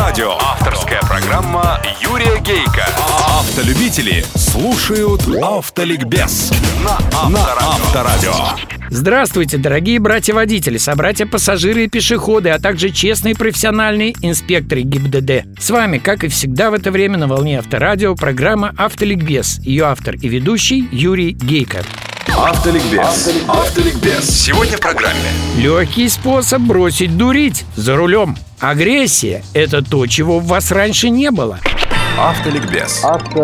Авторадио. Авторская программа Юрия Гейка. Автолюбители слушают Автоликбез на Авторадио. Здравствуйте, дорогие братья-водители, собратья-пассажиры и пешеходы, а также честные профессиональные инспекторы ГИБДД. С вами, как и всегда в это время на волне Авторадио, программа «Автоликбез». Ее автор и ведущий Юрий Гейка. Автоликбез. Сегодня в программе. Легкий способ бросить дурить за рулем. Агрессия – это то, чего в вас раньше не было. Автоликбез.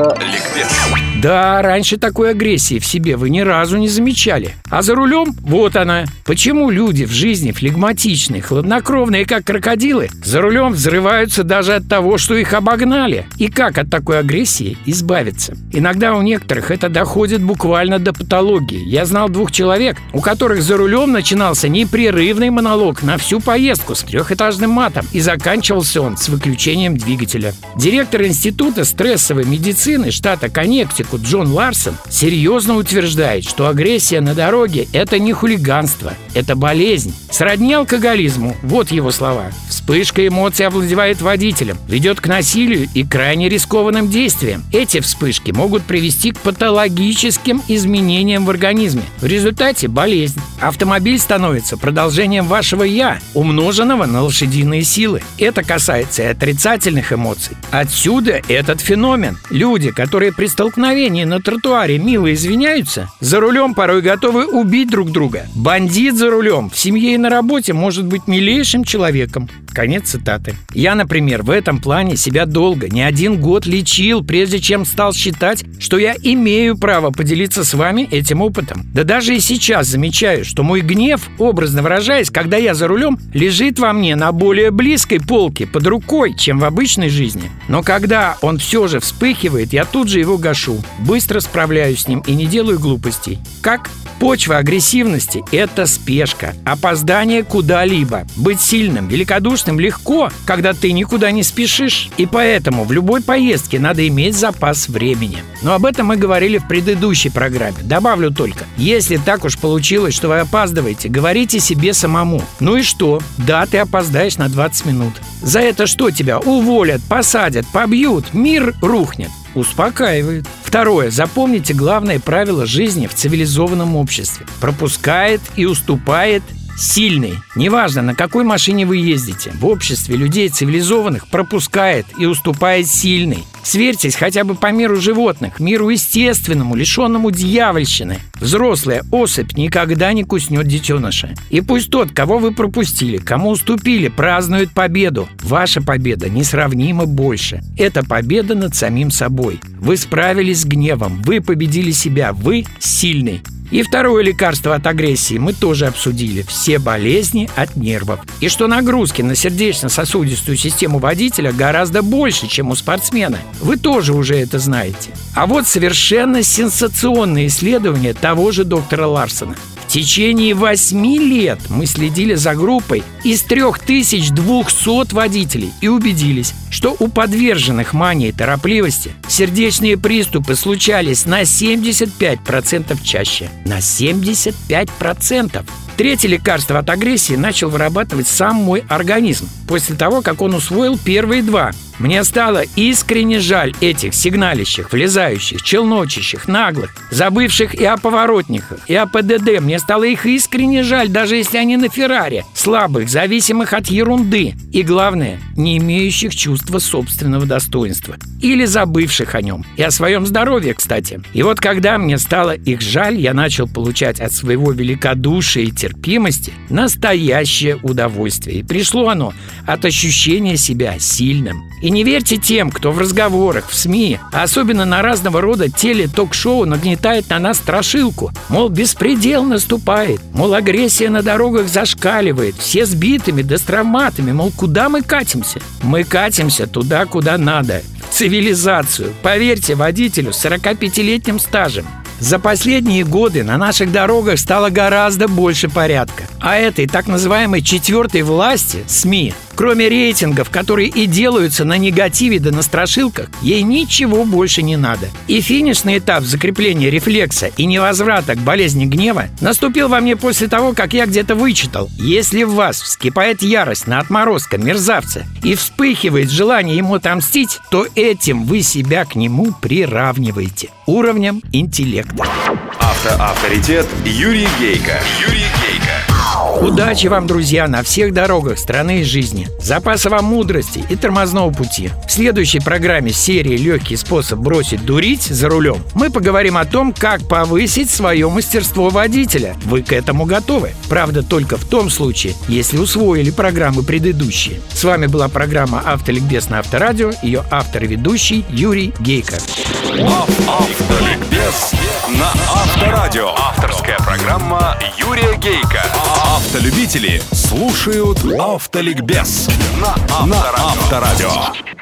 Да, раньше такой агрессии в себе вы ни разу не замечали. А за рулем вот она. Почему люди в жизни флегматичные, хладнокровные, как крокодилы, за рулем взрываются даже от того, что их обогнали? И как от такой агрессии избавиться? Иногда у некоторых это доходит буквально до патологии. Я знал 2 человек, у которых за рулем начинался непрерывный монолог на всю поездку с 3-этажным матом, и заканчивался он с выключением двигателя. Директор института стрессовой медицины штата Коннектикут Джон Ларсон серьезно утверждает, что агрессия на дороге – это не хулиганство, это болезнь. Сродни алкоголизму, вот его слова. Вспышка эмоций овладевает водителем, ведет к насилию и крайне рискованным действиям. Эти вспышки могут привести к патологическим изменениям в организме. В результате болезнь. Автомобиль становится продолжением вашего «я», умноженного на лошадиные силы. Это касается и отрицательных эмоций. Отсюда этот феномен. Люди, которые при столкновении на тротуаре мило извиняются, за рулем порой готовы убить друг друга. Бандит за рулем в семье и на работе может быть милейшим человеком. Конец цитаты. Я, например, в этом плане себя долго, не 1 год лечил, прежде чем стал считать, что я имею право поделиться с вами этим опытом. Да даже и сейчас замечаю, что мой гнев, образно выражаясь, когда я за рулем, лежит во мне на более близкой полке под рукой, чем в обычной жизни. Но когда он все же вспыхивает, я тут же его гашу. Быстро справляюсь с ним и не делаю глупостей. Как? Почва агрессивности – это спешка, опоздание куда-либо. Быть сильным, великодушным легко, когда ты никуда не спешишь. И поэтому в любой поездке надо иметь запас времени. Но об этом мы говорили в предыдущей программе. Добавлю только, если так уж получилось, что вы опаздываете, говорите себе самому. Ну и что? Да, ты опоздаешь на 20 минут. За это что, тебя уволят, посадят, побьют, мир рухнет? Успокаивает. Второе. Запомните главное правило жизни в цивилизованном обществе. Пропускает и уступает сильный. Неважно, на какой машине вы ездите, в обществе людей цивилизованных пропускает и уступает сильный. Сверьтесь хотя бы по миру животных, миру естественному, лишенному дьявольщины. Взрослая особь никогда не куснет детеныша. И пусть тот, кого вы пропустили, кому уступили, празднует победу. Ваша победа несравнимо больше. Это победа над самим собой. Вы справились с гневом, вы победили себя, вы сильный. И второе лекарство от агрессии мы тоже обсудили. Все болезни от нервов. И что нагрузки на сердечно-сосудистую систему водителя гораздо больше, чем у спортсмена. Вы тоже уже это знаете. А вот совершенно сенсационное исследование того же доктора Ларсона. В течение 8 лет мы следили за группой из 3200 водителей и убедились, что у подверженных мании торопливости сердечные приступы случались на 75% чаще. На 75%! Третье лекарство от агрессии начал вырабатывать сам мой организм после того, как он усвоил первые 2. Мне стало искренне жаль этих сигналищих, влезающих, челночащих, наглых, забывших и о поворотниках, и о ПДД. Мне стало их искренне жаль, даже если они на Феррари, слабых, зависимых от ерунды и, главное, не имеющих чувства собственного достоинства или забывших о нем и о своем здоровье, кстати. И вот когда мне стало их жаль, я начал получать от своего великодушия и терпимости настоящее удовольствие. И пришло оно от ощущения себя сильным. И не верьте тем, кто в разговорах, в СМИ, а особенно на разного рода теле-ток-шоу нагнетает на нас страшилку. Мол, беспредел наступает, мол, агрессия на дорогах зашкаливает, все сбитыми да с травматами, мол, куда мы катимся? Мы катимся туда, куда надо, в цивилизацию. Поверьте водителю с 45-летним стажем. За последние годы на наших дорогах стало гораздо больше порядка. А этой так называемой четвертой власти, СМИ, Кроме рейтингов, которые и делаются на негативе да на страшилках, ей ничего больше не надо. И финишный этап закрепления рефлекса и невозврата к болезни гнева наступил во мне после того, как я где-то вычитал: если в вас вскипает ярость на отморозка мерзавца и вспыхивает желание ему отомстить, то этим вы себя к нему приравниваете уровнем интеллекта. Авторитет Юрий Гейка. Удачи вам, друзья, на всех дорогах страны и жизни. Запаса вам мудрости и тормозного пути. В следующей программе серии «Легкий способ бросить дурить за рулем» мы поговорим о том, как повысить свое мастерство водителя. Вы к этому готовы? Правда, только в том случае, если усвоили программы предыдущие. С вами была программа «Автоликбез» на Авторадио. Ее автор и ведущий Юрий Гейка. Автоликбез на Авторадио. Авторская программа Юрия Гейка. Автолюбители слушают Автоликбез на Авторадио.